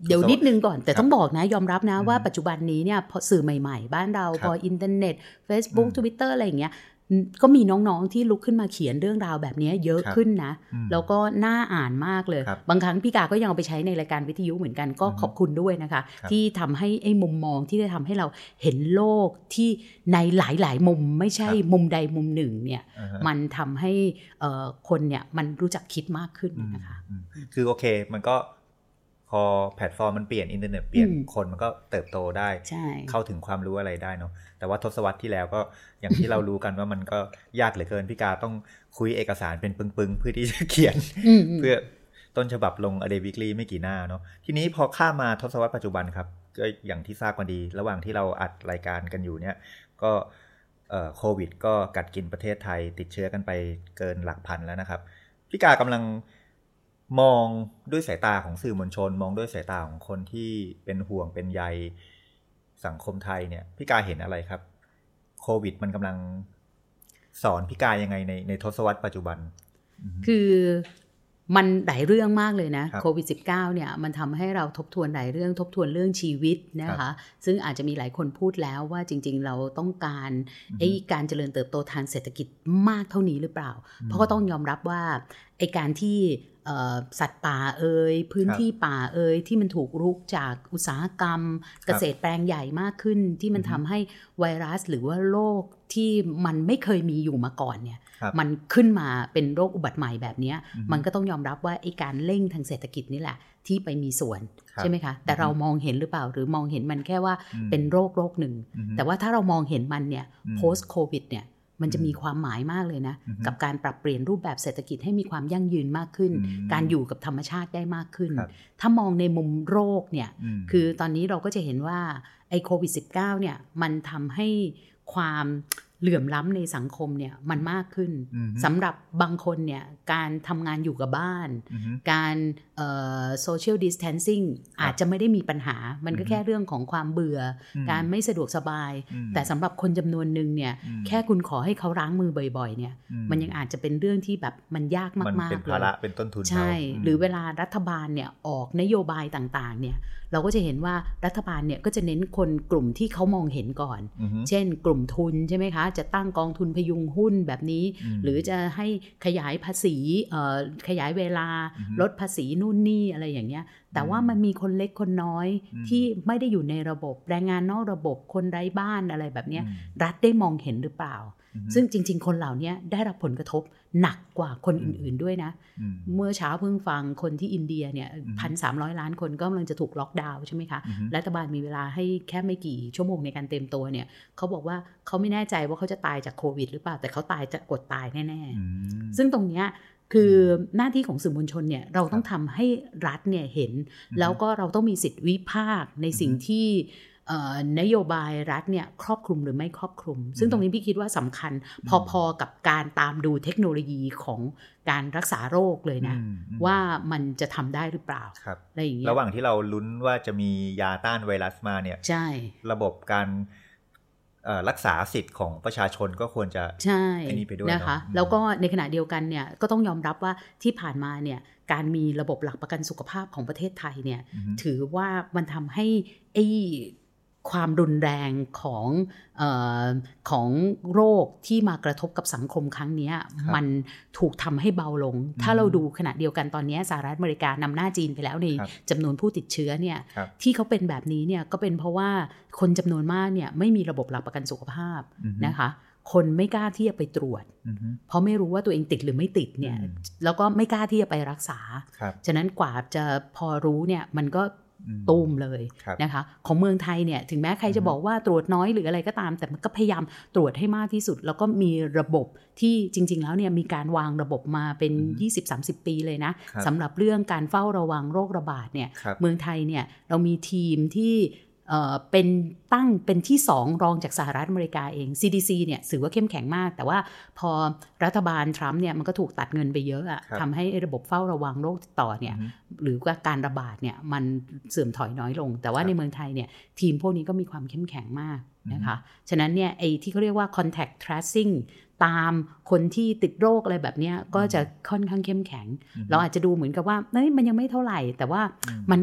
เดี๋ยวนิดนึงก่อนแต่ต้องบอกนะยอมรับนะว่าปัจจุบันนี้เนี่ยพอสื่อใหม่ๆบ้านเราพออินเทอร์เน็ต Facebook Twitter อะไรอย่างเงี้ยก็มีน้องๆที่ลุกขึ้นมาเขียนเรื่องราวแบบนี้เยอะขึ้นนะแล้วก็น่าอ่านมากเลยบางครั้งพี่กาก็ยังเอาไปใช้ในรายการวิทยุเหมือนกันก็ขอบคุณด้วยนะคะที่ทำให้ไอ้มุมมองที่ได้ทำให้เราเห็นโลกที่ในหลายๆมุมไม่ใช่มุมใดมุมหนึ่งเนี่ยมันทำให้คนเนี่ยมันรู้จักคิดมากขึ้นนะคะ
คือโอเคมันก็พอแพลตฟอร์มมันเปลี่ยนอินเทอร์เน็ตเปลี่ยนคนมันก็เติบโตได้เข้าถึงความรู้อะไรได้เนาะแต่ว่าทศวรรษที่แล้วก็อย่างที่เรารู้กันว่ามันก็ยากเหลือเกินพี่กาต้องคุยเอกสารเป็นปึงๆเพื่อที่จะเขียนเพื่อต้นฉบับลง A Day Weekly ไม่กี่หน้าเนาะทีนี้พอข้ามมาทศวรรษปัจจุบันครับก็อย่างที่ทราบกันดีระหว่างที่เราอัดรายการกันอยู่เนี่ยก็โควิดก็กัดกินประเทศไทยติดเชื้อกันไปเกินหลักพันแล้วนะครับพี่กากำลังมองด้วยสายตาของสื่อมวลชนมองด้วยสายตาของคนที่เป็นห่วงเป็นใยสังคมไทยเนี่ยพี่กาเห็นอะไรครับโควิดมันกำลังสอนพี่กายังไงในในทศวรรษปัจจุบัน
คือมันหลายเรื่องมากเลยนะโควิด สิบเก้า เนี่ยมันทำให้เราทบทวนหลายเรื่องทบทวนเรื่องชีวิตนะคะซึ่งอาจจะมีหลายคนพูดแล้วว่าจริงๆเราต้องการไอ้การเจริญเติบโตทางเศรษฐกิจมากเท่านี้หรือเปล่าเพราะก็ต้องยอมรับว่าไอ้การที่สัตว์ป่าเอ่ยพื้นที่ป่าเอ่ยที่มันถูกรุกจากอุตสาหกรรมเกษตรแปลงใหญ่มากขึ้นที่มันทำให้ไวรัสหรือว่าโรคที่มันไม่เคยมีอยู่มาก่อนเนี่ยมันขึ้นมาเป็นโรคอุบัติใหม่แบบนี้มันก็ต้องยอมรับว่าไอ้การเร่งทางเศรษฐกิจนี่แหละที่ไปมีส่วนใช่ไหมคะแต่เรามองเห็นหรือเปล่าหรือมองเห็นมันแค่ว่าเป็นโรคโรคหนึ่งแต่ว่าถ้าเรามองเห็นมันเนี่ย post covid เนี่ยมันจะมีความหมายมากเลยนะกับการปรับเปลี่ยนรูปแบบเศรษฐกิจให้มีความยั่งยืนมากขึ้นการอยู่กับธรรมชาติได้มากขึ้นถ้ามองในมุมโรคเนี่ยคือตอนนี้เราก็จะเห็นว่าไอ้โควิด สิบเก้า เนี่ยมันทำให้ความเหลื่อมล้ำในสังคมเนี่ยมันมากขึ้นสำหรับบางคนเนี่ยการทำงานอยู่กับบ้านการเอ่อ social distancing อาจจะไม่ได้มีปัญหามันก็แค่เรื่องของความเบื่อการไม่สะดวกสบายแต่สำหรับคนจำนวนหนึ่งเนี่ยแค่คุณขอให้เขาล้างมือบ่อยๆเนี่ยมันยังอาจจะเป็นเรื่องที่แบบมันยากมากๆเลยมันเป็นภาระเป็นต้นทุนใช่หรือเวลารัฐบาลเนี่ยออกนโยบายต่างๆเนี่ยเราก็จะเห็นว่ารัฐบาลเนี่ยก็จะเน้นคนกลุ่มที่เขามองเห็นก่อนเช่นกลุ่มทุนใช่ไหมคะจะตั้งกองทุนพยุงหุ้นแบบนี้หรือจะให้ขยายภาษีขยายเวลาลดภาษีนู่นนี่อะไรอย่างเงี้ยแต่ว่ามันมีคนเล็กคนน้อยที่ไม่ได้อยู่ในระบบแรงงานนอกระบบคนไร้บ้านอะไรแบบนี้รัฐได้มองเห็นหรือเปล่าซึ่งจริงๆคนเหล่านี้ได้รับผลกระทบหนักกว่าคนอื่นๆด้วยนะเมื่อเช้าเพิ่งฟังคนที่อินเดียเนี่ย หนึ่งพันสามร้อย ล้านคนก็กำลังจะถูกล็อกดาวน์ใช่ไหมคะรัฐบาลมีเวลาให้แค่ไม่กี่ชั่วโมงในการเตรียมตัวเนี่ยเขาบอกว่าเขาไม่แน่ใจว่าเขาจะตายจากโควิดหรือเปล่าแต่เขาตายจะอดตายแน่ๆซึ่งตรงเนี้ยคือหน้าที่ของสื่อมวลชนเนี่ยเราต้องทำให้รัฐเนี่ยเห็นแล้วก็เราต้องมีสิทธิวิพากษ์ในสิ่งที่นโยบายรัฐเนี่ยครอบคลุมหรือไม่ครอบคลุมซึ่งตรงนี้พี่คิดว่าสำคัญพอๆกับการตามดูเทคโนโลยีของการรักษาโรคเลยนะว่ามันจะทำได้หรือเปล่าอะไรอย่างเงี้ย
ระหว่างที่เราลุ้นว่าจะมียาต้านไวรัสมาเนี่ย
ใช่
ระบบการรักษาสิทธิ์ของประชาชนก็ควรจะ
ใช่นะคะแล้วก็ในขณะเดียวกันเนี่ยก็ต้องยอมรับว่าที่ผ่านมาเนี่ยการมีระบบหลักประกันสุขภาพของประเทศไทยเนี่ยถือว่ามันทำให้ไอ้ความรุนแรงของเอ่อของโรคที่มากระทบกับสังคมครั้งนี้มันถูกทำให้เบาลงถ้าเราดูขณะเดียวกันตอนนี้สหรัฐอเมริกานำหน้าจีนไปแล้วในจำนวนผู้ติดเชื้อเนี่ยที่เขาเป็นแบบนี้เนี่ยก็เป็นเพราะว่าคนจำนวนมากเนี่ยไม่มีระบบหลักประกันสุขภาพนะคะคนไม่กล้าที่จะไปตรวจเพราะไม่รู้ว่าตัวเองติดหรือไม่ติดเนี่ยแล้วก็ไม่กล้าที่จะไปรักษาฉะนั้นกว่าจะพอรู้เนี่ยมันก็ตูมเลยนะคะของเมืองไทยเนี่ยถึงแม้ใครจะบอกว่าตรวจน้อยหรืออะไรก็ตามแต่มันก็พยายามตรวจให้มากที่สุดแล้วก็มีระบบที่จริงๆแล้วเนี่ยมีการวางระบบมาเป็น ยี่สิบถึงสามสิบ ปีเลยนะสำหรับเรื่องการเฝ้าระวังโรคระบาดเนี่ยเมืองไทยเนี่ยเรามีทีมที่เอ่อเป็นตั้งเป็นที่สองรองจากสหรัฐอเมริกาเอง ซี ดี ซี เนี่ยถือว่าเข้มแข็งมากแต่ว่าพอรัฐบาลทรัมป์เนี่ยมันก็ถูกตัดเงินไปเยอะอะทำให้ระบบเฝ้าระวังโรคติดต่อเนี่ยหรือว่าการระบาดเนี่ยมันเสื่อมถอยน้อยลงแต่ว่าในเมืองไทยเนี่ยทีมพวกนี้ก็มีความเข้มแข็งมากนะคะฉะนั้นเนี่ยไอ้ที่เขาเรียกว่า contact tracing ตามคนที่ติดโรคอะไรแบบนี้ก็จะค่อนข้างเข้มแข็งเราอาจจะดูเหมือนกับว่าเฮ้ยมันยังไม่เท่าไหร่แต่ว่ามันก็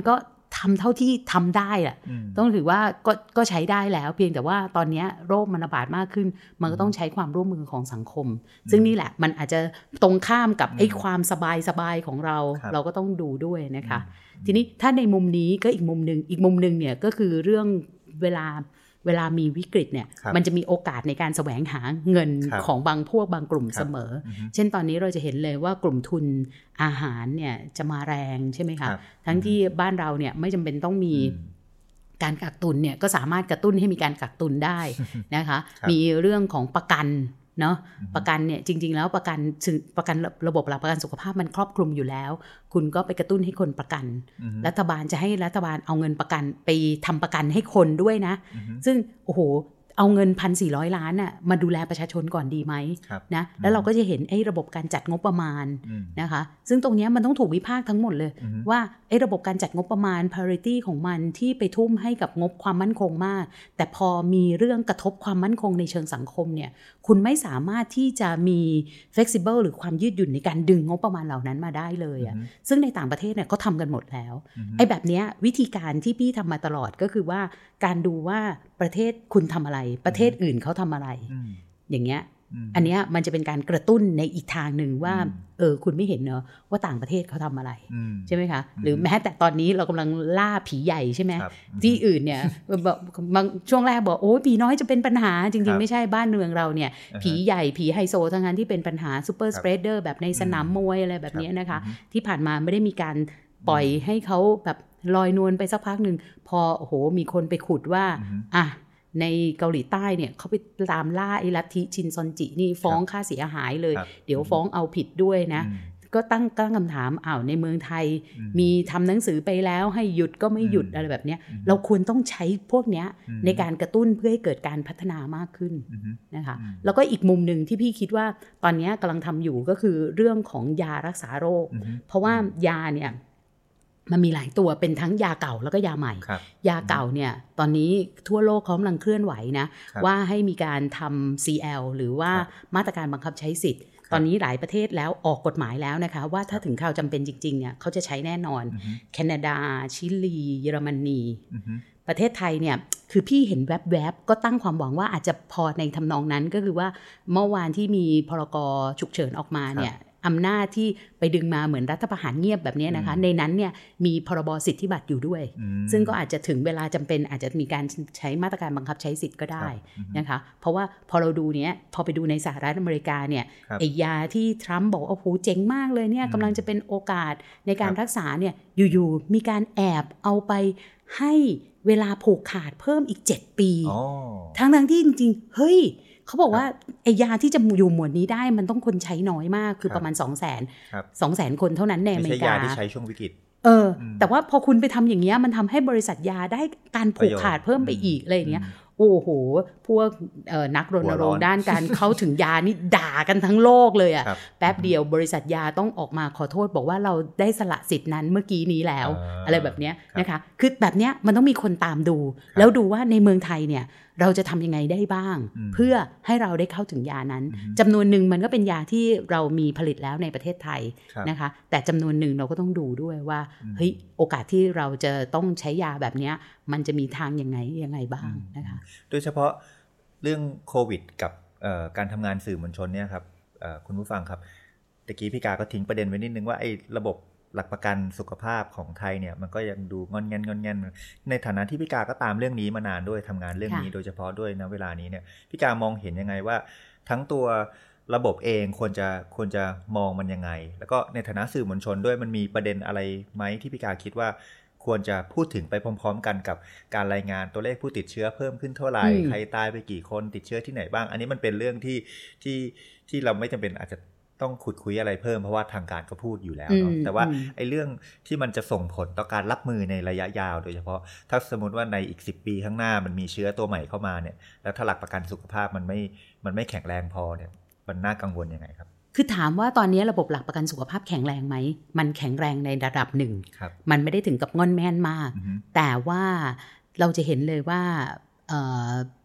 ทำเท่าที่ทำได้อะต้องถือว่าก็ก็ใช้ได้แล้วเพียงแต่ว่าตอนนี้โรคมันระบาดมากขึ้นมันก็ต้องใช้ความร่วมมือของสังคมซึ่งนี่แหละมันอาจจะตรงข้ามกับไอ้ความสบายสบายของเราเราก็ต้องดูด้วยนะคะทีนี้ถ้าในมุมนี้ก็อีกมุมนึงอีกมุมนึงเนี่ยก็คือเรื่องเวลาเวลามีวิกฤตเนี่ยมันจะมีโอกาสในการแสวงหาเงินของบางพวกบางกลุ่มเสมอเช่นตอนนี้เราจะเห็นเลยว่ากลุ่มทุนอาหารเนี่ยจะมาแรงใช่ไหมคะทั้งที่บ้านเราเนี่ยไม่จำเป็นต้องมีการกักตุนเนี่ยก็สามารถกระตุ้นให้มีการกักตุนได้นะคะมีเรื่องของประกันเนาะประกันเนี่ยจริงๆแล้วประกันประกันระบบหลักประกันสุขภาพมันครอบคลุมอยู่แล้วคุณก็ไปกระตุ้นให้คนประกันรัฐบาลจะให้รัฐบาลเอาเงินประกันไปทำประกันให้คนด้วยนะซึ่งโอ้โหเอาเงิน หนึ่งพันสี่ร้อย ล้านน่ะมาดูแลประชาชนก่อนดีไหมนะแล้วเราก็จะเห็นไอ้ระบบการจัดงบประมาณนะคะซึ่งตรงนี้มันต้องถูกวิพากษ์ทั้งหมดเลยว่าไอ้ระบบการจัดงบประมาณ priority ของมันที่ไปทุ่มให้กับงบความมั่นคงมากแต่พอมีเรื่องกระทบความมั่นคงในเชิงสังคมเนี่ยคุณไม่สามารถที่จะมี flexible หรือความยืดหยุ่นในการดึงงบประมาณเหล่านั้นมาได้เลยอ่ะซึ่งในต่างประเทศเนี่ยเขาทำกันหมดแล้วไอ้แบบนี้วิธีการที่พี่ทำมาตลอดก็คือว่าการดูว่าประเทศคุณทำอะไรประเทศอื่นเขาทำอะไรอย่างเงี้ยอันเนี้ยมันจะเป็นการกระตุ้นในอีกทางหนึ่งว่าเออคุณไม่เห็นเนอะว่าต่างประเทศเขาทำอะไรใช่ไหมคะหรือแม้แต่ตอนนี้เรากำลังล่าผีใหญ่ใช่ไหมที่อื่นเนี่ยบางช่วงแรกบอกโอ้ผีน้อยจะเป็นปัญหาจริงๆไม่ใช่บ้านเมืองเราเนี่ยผีใหญ่ผีไฮโซทั้งนั้นที่เป็นปัญหาซูเปอร์สเปรดเดอร์แบบในสนามมวยอะไรแบบนี้นะคะที่ผ่านมาไม่ได้มีการปล่อยให้เขาแบบลอยนวลไปสักพักหนึ่งพอโอ้โหมีคนไปขุดว่าอ่ะในเกาหลีใต้เนี่ยเขาไปตามล่าไอ้ลัทธิชินซอนจินี่ฟ้องค่าเสียหายเลยเดี๋ยวฟ้องเอาผิดด้วยนะก็ตั้งตั้งคำถามอ้าวในเมืองไทยมีทำหนังสือไปแล้วให้หยุดก็ไม่หยุดอะไรแบบนี้เราควรต้องใช้พวกนี้ในการกระตุ้นเพื่อให้เกิดการพัฒนามากขึ้นนะคะแล้วก็อีกมุมหนึ่งที่พี่คิดว่าตอนนี้กำลังทำอยู่ก็คือเรื่องของยารักษาโรคเพราะว่ายาเนี่ยมันมีหลายตัวเป็นทั้งยาเก่าแล้วก็ยาใหม่ยาเก่าเนี่ยตอนนี้ทั่วโลกเขากำลังเคลื่อนไหวนะว่าให้มีการทำ ซี แอล หรือว่ามาตรการบังคับใช้สิทธิ์ตอนนี้หลายประเทศแล้วออกกฎหมายแล้วนะคะว่าถ้าถึงคราวจำเป็นจริงๆเนี่ยเขาจะใช้แน่นอนแคนาดาชิลีเยอรมนีประเทศไทยเนี่ยคือพี่เห็นแวบๆก็ตั้งความหวังว่าอาจจะพอในทำนองนั้นก็คือว่าเมื่อวานที่มีพรกฉุกเฉินออกมาเนี่ยอำนาจที่ไปดึงมาเหมือนรัฐประหารเงียบแบบนี้นะคะในนั้นเนี่ยมีพรบสิทธิบัตรอยู่ด้วยซึ่งก็อาจจะถึงเวลาจำเป็นอาจจะมีการใช้มาตรการบังคับใช้สิทธิ์ก็ได้นะคะเพราะว่าพอเราดูเนี้ยพอไปดูในสหรัฐอเมริกาเนี่ยไอ้ยาที่ทรัมป์บอกโอ้โหเจ๋งมากเลยเนี่ยกำลังจะเป็นโอกาสในการรักษาเนี่ยอยู่ๆมีการแอบเอาไปให้เวลาผูกขาดเพิ่มอีกเจ็ดปีทั้งๆที่จริงๆเฮ้ยเขาบอกว่าไอ้ยาที่จะอยู่หมวดนี้ได้มันต้องคนใช้น้อยมากคือประมาณ สองแสน สองแสน คนเท่านั้นในอเมริกา
ไม่ใช่ยาที่ใช้ช่วงวิกฤต
เออแต่ว่าพอคุณไปทำอย่างเงี้ยมันทำให้บริษัทยาได้การผูกขาดเพิ่มไปอีกอะไรอย่างเงี้ยโอ้โหพวกนักรณรงค์ด้านการเข้าถึงยานี่ด่ากันทั้งโลกเลยอ่ะแป๊บเดียวบริษัทยาต้องออกมาขอโทษบอกว่าเราได้สละสิทธินั้นเมื่อกี้นี้แล้วอะไรแบบเนี้ยนะคะคือแบบเนี้ยมันต้องมีคนตามดูแล้วดูว่าในเมืองไทยเนี่ยเราจะทำยังไงได้บ้างเพื่อให้เราได้เข้าถึงยานั้นจำนวนหนึ่งมันก็เป็นยาที่เรามีผลิตแล้วในประเทศไทยนะคะแต่จำนวนหนึ่งเราก็ต้องดูด้วยว่าเฮ้ยโอกาสที่เราจะต้องใช้ยาแบบนี้มันจะมีทางยังไงยังไงบ้างนะคะ
โดยเฉพาะเรื่องโควิดกับการทำงานสื่อมวลชนเนี่ยครับคุณผู้ฟังครับตะกี้พี่กาก็ทิ้งประเด็นไว้นิดนึงว่าไอ้ระบบหลักประกันสุขภาพของไทยเนี่ยมันก็ยังดูงอนแงนงอนแงนในฐานะที่พี่กาก็ตามเรื่องนี้มานานด้วยทำงานเรื่องนี้โดยเฉพาะด้วยนะเวลานี้เนี่ยพี่กามองเห็นยังไงว่าทั้งตัวระบบเองควรจะควรจะมองมันยังไงแล้วก็ในฐานะสื่อมวลชนด้วยมันมีประเด็นอะไรไหมที่พี่กาคิดว่าควรจะพูดถึงไปพร้อมๆกันกับการรายงานตัวเลขผู้ติดเชื้อเพิ่มขึ้นเท่าไหร่ใครตายไปกี่คนติดเชื้อที่ไหนบ้างอันนี้มันเป็นเรื่องที่ที่ที่เราไม่จำเป็นอาจจะต้องขุดคุยอะไรเพิ่มเพราะว่าทางการก็พูดอยู่แล้วเนาะแต่ว่าไอ้เรื่องที่มันจะส่งผลต่อการรับมือในระยะยาวโดยเฉพาะถ้าสมมติว่าในอีกสิบปีข้างหน้ามันมีเชื้อตัวใหม่เข้ามาเนี่ยแล้วถ้าหลักประกันสุขภาพมันไม่มันไม่แข็งแรงพอเนี่ยมันน่ากังวลยังไงครับ
คือถามว่าตอนนี้ระบบหลักประกันสุขภาพแข็งแรงไหมมันแข็งแรงในระดับหนึ่งมันไม่ได้ถึงกับง่อนแม่นมากแต่ว่าเราจะเห็นเลยว่า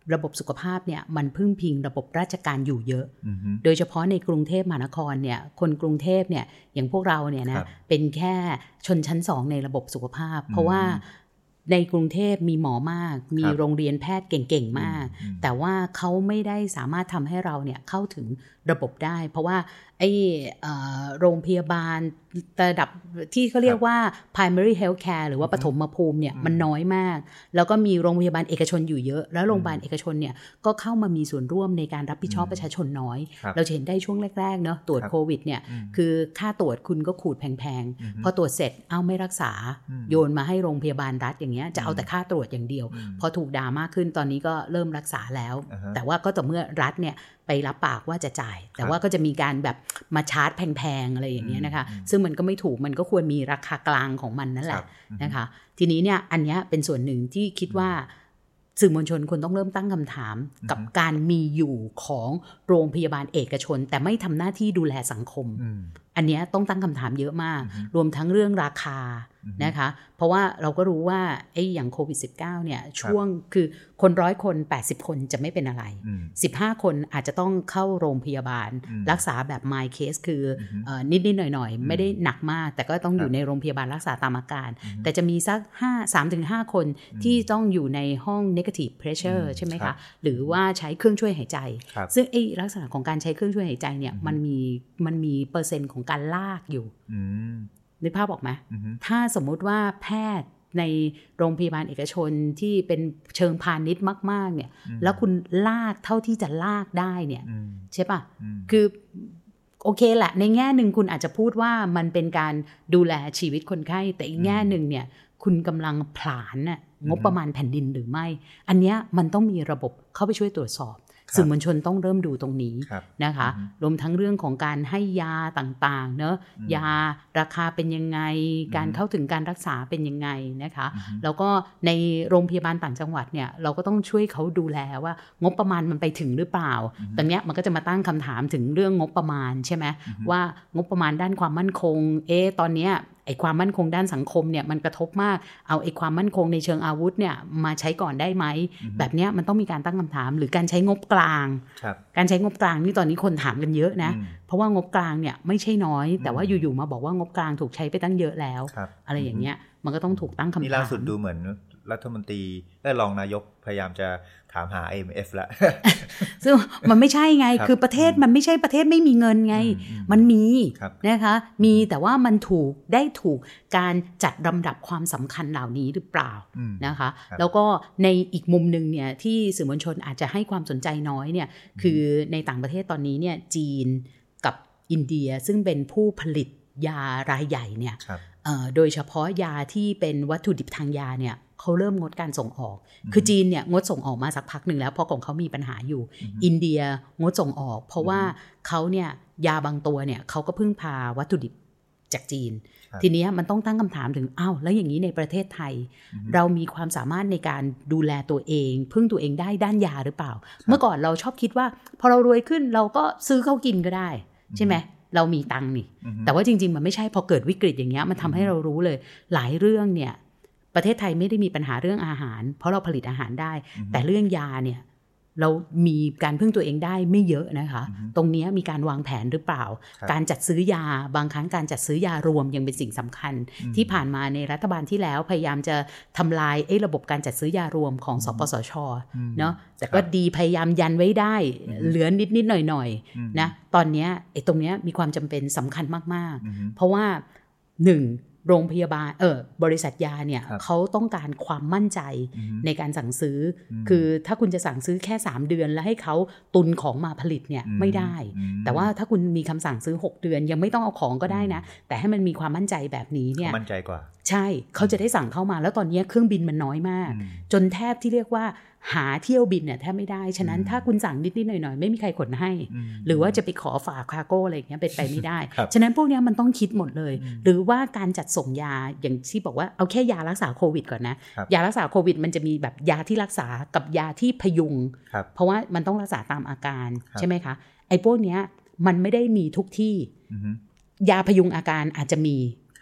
ระบบสุขภาพเนี่ยมันพึ่งพิงระบบราชการอยู่เยอะ mm-hmm. โดยเฉพาะในกรุงเทพมหานครเนี่ยคนกรุงเทพเนี่ยอย่างพวกเราเนี่ยนะเป็นแค่ชนชั้นสองในระบบสุขภาพ mm-hmm. เพราะว่าในกรุงเทพมีหมอมากมีโรงเรียนแพทย์เก่งๆมาก mm-hmm. แต่ว่าเขาไม่ได้สามารถทำให้เราเนี่ยเข้าถึงระบบได้เพราะว่าไอ้โรงพยาบาลระดับที่เขาเรียกว่า primary health care หรือว่าปฐมภูมิเนี่ยมันน้อยมากแล้วก็มีโรงพยาบาลเอกชนอยู่เยอะแล้วโรงพยาบาลเอกชนเนี่ยก็เข้ามามีส่วนร่วมในการรับผิดชอบประชาชนน้อยเราเห็นได้ช่วงแรกๆเนาะตรวจโควิดเนี่ยคือค่าตรวจคุณก็ขูดแพงๆพอตรวจเสร็จเอาไม่รักษาโยนมาให้โรงพยาบาลรัฐอย่างเงี้ยจะเอาแต่ค่าตรวจอย่างเดียวพอถูกด่ามากขึ้นตอนนี้ก็เริ่มรักษาแล้วแต่ว่าก็ต่อเมื่อรัฐเนี่ยไปรับปากว่าจะจ่ายแต่ว่าก็จะมีการแบบมาชาร์จแพงๆอะไรอย่างเงี้ยนะคะซึ่งมันก็ไม่ถูกมันก็ควรมีราคากลางของมันนั่นแหละนะคะทีนี้เนี่ยอันนี้เป็นส่วนหนึ่งที่คิดว่าสื่อมวลชนควรต้องเริ่มตั้งคำถามกับการมีอยู่ของโรงพยาบาลเอกชนแต่ไม่ทำหน้าที่ดูแลสังคมอันนี้ต้องตั้งคำถามเยอะมากรวมทั้งเรื่องราคานะคะเพราะว่าเราก็รู้ว่าไอ้อย่างโควิด สิบเก้า เนี่ยช่วงคือคนร้อยคนแปดสิบคนจะไม่เป็นอะไรสิบห้าคนอาจจะต้องเข้าโรงพยาบาลรักษาแบบ mild case คือนิดๆหน่อยๆไม่ได้หนักมากแต่ก็ต้องอยู่ในโรงพยาบาลรักษาตามอาการแต่จะมีสักห้า สามถึงห้าคนที่ต้องอยู่ในห้อง negative pressure ใช่ไหมคะหรือว่าใช้เครื่องช่วยหายใจซึ่งไอ้ลักษณะของการใช้เครื่องช่วยหายใจเนี่ยมันมีมันมีเปอร์เซ็นต์ของการลากอยู่นึกภาพออกไหม mm-hmm. ถ้าสมมุติว่าแพทย์ในโรงพยาบาลเอกชนที่เป็นเชิงพาณิชย์มากๆเนี่ย mm-hmm. แล้วคุณลากเท่าที่จะลากได้เนี่ย mm-hmm. ใช่ป่ะ mm-hmm. คือโอเคแหละในแง่หนึ่งคุณอาจจะพูดว่ามันเป็นการดูแลชีวิตคนไข้แต่อีกแง่หนึ่งเนี่ยคุณกำลังผลาญน่ะงบประมาณแผ่นดินหรือไม่อันเนี้ยมันต้องมีระบบเข้าไปช่วยตรวจสอบสื่อมวลชนต้องเริ่มดูตรงนี้นะคะรวมทั้งเรื่องของการให้ยาต่างๆเนอะยาราคาเป็นยังไงการเข้าถึงการรักษาเป็นยังไงนะคะแล้วก็ในโรงพยาบาลต่างจังหวัดเนี่ยเราก็ต้องช่วยเขาดูแลว่างบประมาณมันไปถึงหรือเปล่าตอนนี้มันก็จะมาตั้งคำถามถึงเรื่องงบประมาณใช่ไหมว่างบประมาณด้านความมั่นคงเอ๊ะตอนนี้ไอ้ความมั่นคงด้านสังคมเนี่ยมันกระทบมากเอาไอ้ความมั่นคงในเชิงอาวุธเนี่ยมาใช้ก่อนได้ไหม mm-hmm. แบบเนี้ยมันต้องมีการตั้งคำถามหรือการใช้งบกลางการใช้งบกลางนี่ตอนนี้คนถามกันเยอะนะ mm-hmm. เพราะว่างบกลางเนี่ยไม่ใช่น้อย mm-hmm. แต่ว่าอยู่ๆมาบอกว่างบกลางถูกใช้ไปตั้งเยอะแล้วอะไรอย่างเงี้ยมันก็ต้องถูกตั้งคำถาม
นี่ล่าสุดดูเหมือนรัฐมนตรีและรองนายกพยายามจะถามหา ไอ เอ็ม เอฟ แล้ว
ซึ่งมันไม่ใช่ไง คือประเทศมันไม่ใช่ประเทศไม่มีเงินไงมันมีนะคะมีแต่ว่ามันถูกได้ถูกการจัดลำดับความสำคัญเหล่านี้หรือเปล่านะคะแล้วก็ในอีกมุมนึงเนี่ยที่สื่อมวลชนอาจจะให้ความสนใจน้อยเนี่ยคือในต่างประเทศตอนนี้เนี่ยจีนกับอินเดียซึ่งเป็นผู้ผลิตยารายใหญ่เนี่ยโดยเฉพาะยาที่เป็นวัตถุดิบทางยาเนี่ยเขาเริ่มงดการส่งออกคือจีนเนี่ยงดส่งออกมาสักพักหนึ่งแล้วเพราะของเขามีปัญหาอยู่อินเดียงดส่งออกเพราะว่าเขาเนี่ยยาบางตัวเนี่ยเขาก็พึ่งพาวัตถุดิบจากจีนทีนี้มันต้องตั้งคำถามถึงอ้าวแล้วอย่างนี้ในประเทศไทยเรามีความสามารถในการดูแลตัวเองพึ่งตัวเองได้ด้านยาหรือเปล่าเมื่อก่อนเราชอบคิดว่าพอเรารวยขึ้นเราก็ซื้อเข้ากินก็ได้ใช่ไหมเรามีตังค์นี่แต่ว่าจริงๆมันไม่ใช่พอเกิดวิกฤตอย่างเงี้ยมันทำให้เรารู้เลยหลายเรื่องเนี่ยประเทศไทยไม่ได้มีปัญหาเรื่องอาหารเพราะเราผลิตอาหารได้แต่เรื่องยาเนี่ยเรามีการพึ่งตัวเองได้ไม่เยอะนะคะตรงนี้มีการวางแผนหรือเปล่าการจัดซื้อยาบางครั้งการจัดซื้อยารวมยังเป็นสิ่งสำคัญที่ผ่านมาในรัฐบาลที่แล้วพยายามจะทำลายไอ้ระบบการจัดซื้อยารวมของสปสช.เนาะแต่ก็ดีพยายามยันไว้ได้เหลือนิดๆหน่อยๆนะตอนนี้ไอ้ตรงนี้มีความจำเป็นสำคัญมากๆเพราะว่าหนึ่งโรงพยาบาลเออบริษัทยาเนี่ยเขาต้องการความมั่นใจในการสั่งซื้อคือถ้าคุณจะสั่งซื้อแค่สามเดือนแล้วให้เขาตุนของมาผลิตเนี่ยไม่ได้แต่ว่าถ้าคุณมีคำสั่งซื้อหกเดือนยังไม่ต้องเอาของก็ได้นะแต่ให้มันมีความมั่นใจแบบนี้เนี่ย
มั่นใจกว่า
ใช่เขาจะได้สั่งเข้ามาแล้วตอนนี้เครื่องบินมันน้อยมากจนแทบที่เรียกว่าหาเที่ยวบินเนี่ยแทบไม่ได้ฉะนั้นถ้าคุณสั่งนิดๆหน่อยๆไม่มีใครขนให้หรือว่าจะไปขอฝากคาร์โก้อะไรอย่างเงี้ยเป็นไปไม่ได้ฉะนั้นพวกนี้มันต้องคิดหมดเลยหรือว่าการจัดส่งยาอย่างที่บอกว่าเอาแค่ยารักษาโควิดก่อนนะยารักษาโควิดมันจะมีแบบยาที่รักษากับยาที่พยุงเพราะว่ามันต้องรักษาตามอาการใช่ไหมคะไอ้พวกเนี้ยมันไม่ได้มีทุกที่ยาพยุงอาการอาจจะมี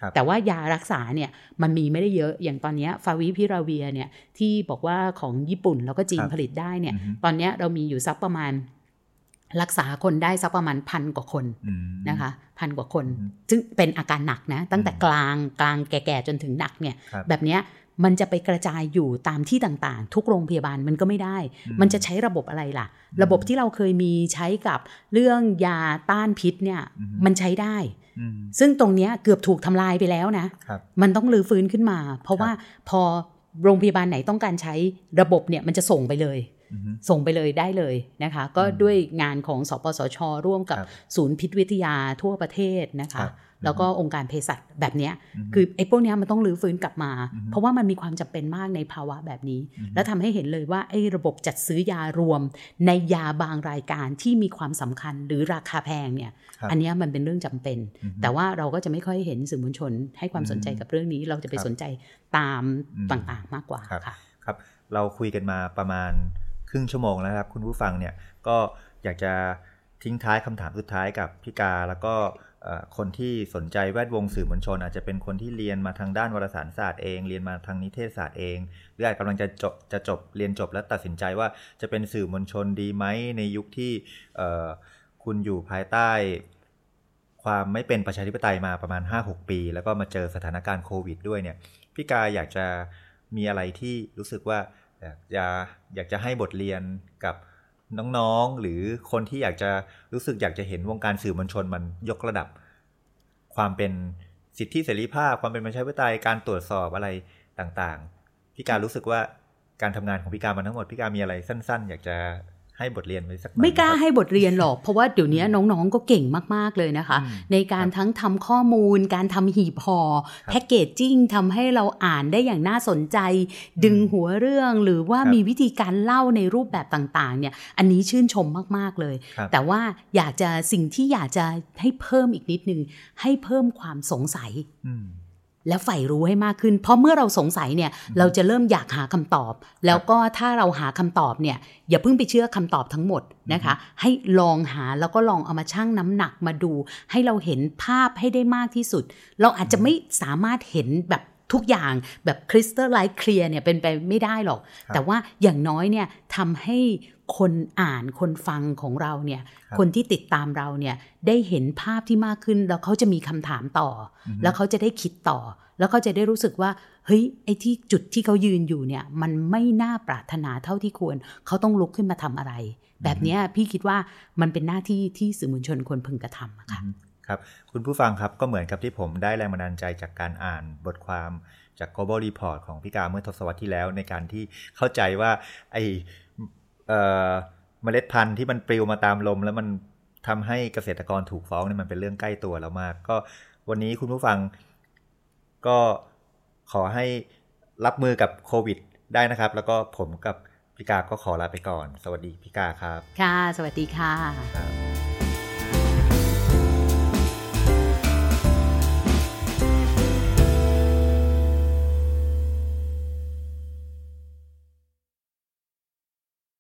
แต่ว่ายารักษาเนี่ยมันมีไม่ได้เยอะอย่างตอนนี้ฟาวิพิราเวียเนี่ยที่บอกว่าของญี่ปุ่นแล้วก็จีนผลิตได้เนี่ยตอนนี้เรามีอยู่สักประมาณรักษาคนได้สักประมาณพันกว่าคนนะคะพันกว่าคนซึ่งเป็นอาการหนักนะตั้งแต่กลางกลางแก่ๆจนถึงหนักเนี่ยแบบเนี้ยมันจะไปกระจายอยู่ตามที่ต่างๆทุกโรงพยาบาลมันก็ไม่ได้มันจะใช้ระบบอะไรล่ะระบบที่เราเคยมีใช้กับเรื่องยาต้านพิษเนี่ยมันใช้ได้ซึ่งตรงเนี้ยเกือบถูกทำลายไปแล้วนะมันต้องรื้อฟื้นขึ้นมาเพราะว่าพอโรงพยาบาลไหนต้องการใช้ระบบเนี่ยมันจะส่งไปเลยส่งไปเลยได้เลยนะคะก็ด้วยงานของสปสช.ร่วมกับศูนย์พิษวิทยาทั่วประเทศนะคะแล้วก็องค์การเภสัชแบบนี้คือไอ้พวกนี้มันต้องรื้อฟื้นกลับมาเพราะว่ามันมีความจำเป็นมากในภาวะแบบนี้แล้วทำให้เห็นเลยว่าไอ้ระบบจัดซื้อยารวมในยาบางรายการที่มีความสำคัญหรือราคาแพงเนี่ยอันนี้มันเป็นเรื่องจำเป็นแต่ว่าเราก็จะไม่ค่อยเห็นสื่อมวลชนให้ความสนใจกับเรื่องนี้เราจะไปสนใจตามต่างๆมากกว่าค่ะ
ครับเราคุยกันมาประมาณครึ่งชั่วโมงแล้วครับคุณผู้ฟังเนี่ยก็อยากจะทิ้งท้ายคำถามสุดท้ายกับพี่กาแล้วก็คนที่สนใจแวดวงสื่อมวลชนอาจจะเป็นคนที่เรียนมาทางด้านวารสารศาสตร์เองเรียนมาทางนิเทศศาสตร์เองหรืออาจกำลังจะจบจะจบเรียนจบแล้วตัดสินใจว่าจะเป็นสื่อมวลชนดีไหมในยุคที่คุณอยู่ภายใต้ความไม่เป็นประชาธิปไตยมาประมาณ ห้าหก ปีแล้วก็มาเจอสถานการณ์โควิดด้วยเนี่ยพี่กาอยากจะมีอะไรที่รู้สึกว่าอยากจะอยากจะให้บทเรียนกับน้องๆหรือคนที่อยากจะรู้สึกอยากจะเห็นวงการสื่อมวลชนมันยกระดับความเป็นสิทธิเสรีภาพความเป็นประชาธิปไตยการตรวจสอบอะไรต่างๆพี่การรู้สึกว่าการทำงานของพี่การมาทั้งหมดพี่การมีอะไรสั้นๆอยากจะให้บทเรียนไว้สักหน่อย
ไม่กล้าให้บทเรียนหรอกเพราะว่าเดี๋ยวนี้น้องๆก็เก่งมากๆเลยนะคะในการทั้งทำข้อมูลการทำหีบห่อแพ็กเกจจิ้งทำให้เราอ่านได้อย่างน่าสนใจดึงหัวเรื่องหรือว่ามีวิธีการเล่าในรูปแบบต่างๆเนี่ยอันนี้ชื่นชมมากๆเลยแต่ว่าอยากจะสิ่งที่อยากจะให้เพิ่มอีกนิดนึงให้เพิ่มความสงสัยและใฝ่รู้ให้มากขึ้นเพราะเมื่อเราสงสัยเนี่ยเราจะเริ่มอยากหาคำตอบแล้วก็ถ้าเราหาคำตอบเนี่ยอย่าเพิ่งไปเชื่อคำตอบทั้งหมดนะคะให้ลองหาแล้วก็ลองเอามาชั่งน้ำหนักมาดูให้เราเห็นภาพให้ได้มากที่สุดเราอาจจะไม่สามารถเห็นแบบทุกอย่างแบบคริสตัลไลท์เคลียร์เนี่ยเป็นไปไม่ได้หรอกแต่ว่าอย่างน้อยเนี่ยทำให้คนอ่านคนฟังของเราเนี่ย ค, คนที่ติดตามเราเนี่ยได้เห็นภาพที่มากขึ้นแล้วเขาจะมีคำถามต่อแล้วเขาจะได้คิดต่อแล้วเขาจะได้รู้สึกว่าเฮ้ยไอ้ที่จุดที่เขายืนอยู่เนี่ยมันไม่น่าปรารถนาเท่าที่ควรเขาต้องลุกขึ้นมาทำอะไรแบบนี้พี่คิดว่ามันเป็นหน้าที่ที่สื่อมวลชนควรพึงกระทำค่ะ
ครับคุณผู้ฟังครับก็เหมือนกับที่ผมได้แรงบันดาลใจจากการอ่านบทความจาก Global Report ของพี่กาเมื่อทศวรรษที่แล้วในการที่เข้าใจว่าไอ้เอ่อเมล็ดพันธุ์ที่มันปลิวมาตามลมแล้วมันทำให้เกษตรกรถูกฟ้องเนี่ยมันเป็นเรื่องใกล้ตัวแล้วมากก็วันนี้คุณผู้ฟังก็ขอให้รับมือกับโควิดได้นะครับแล้วก็ผมกับพี่กาก็ขอลาไปก่อนสวัสดีพี่กาครับ
ค่ะสวัสดีค่ะ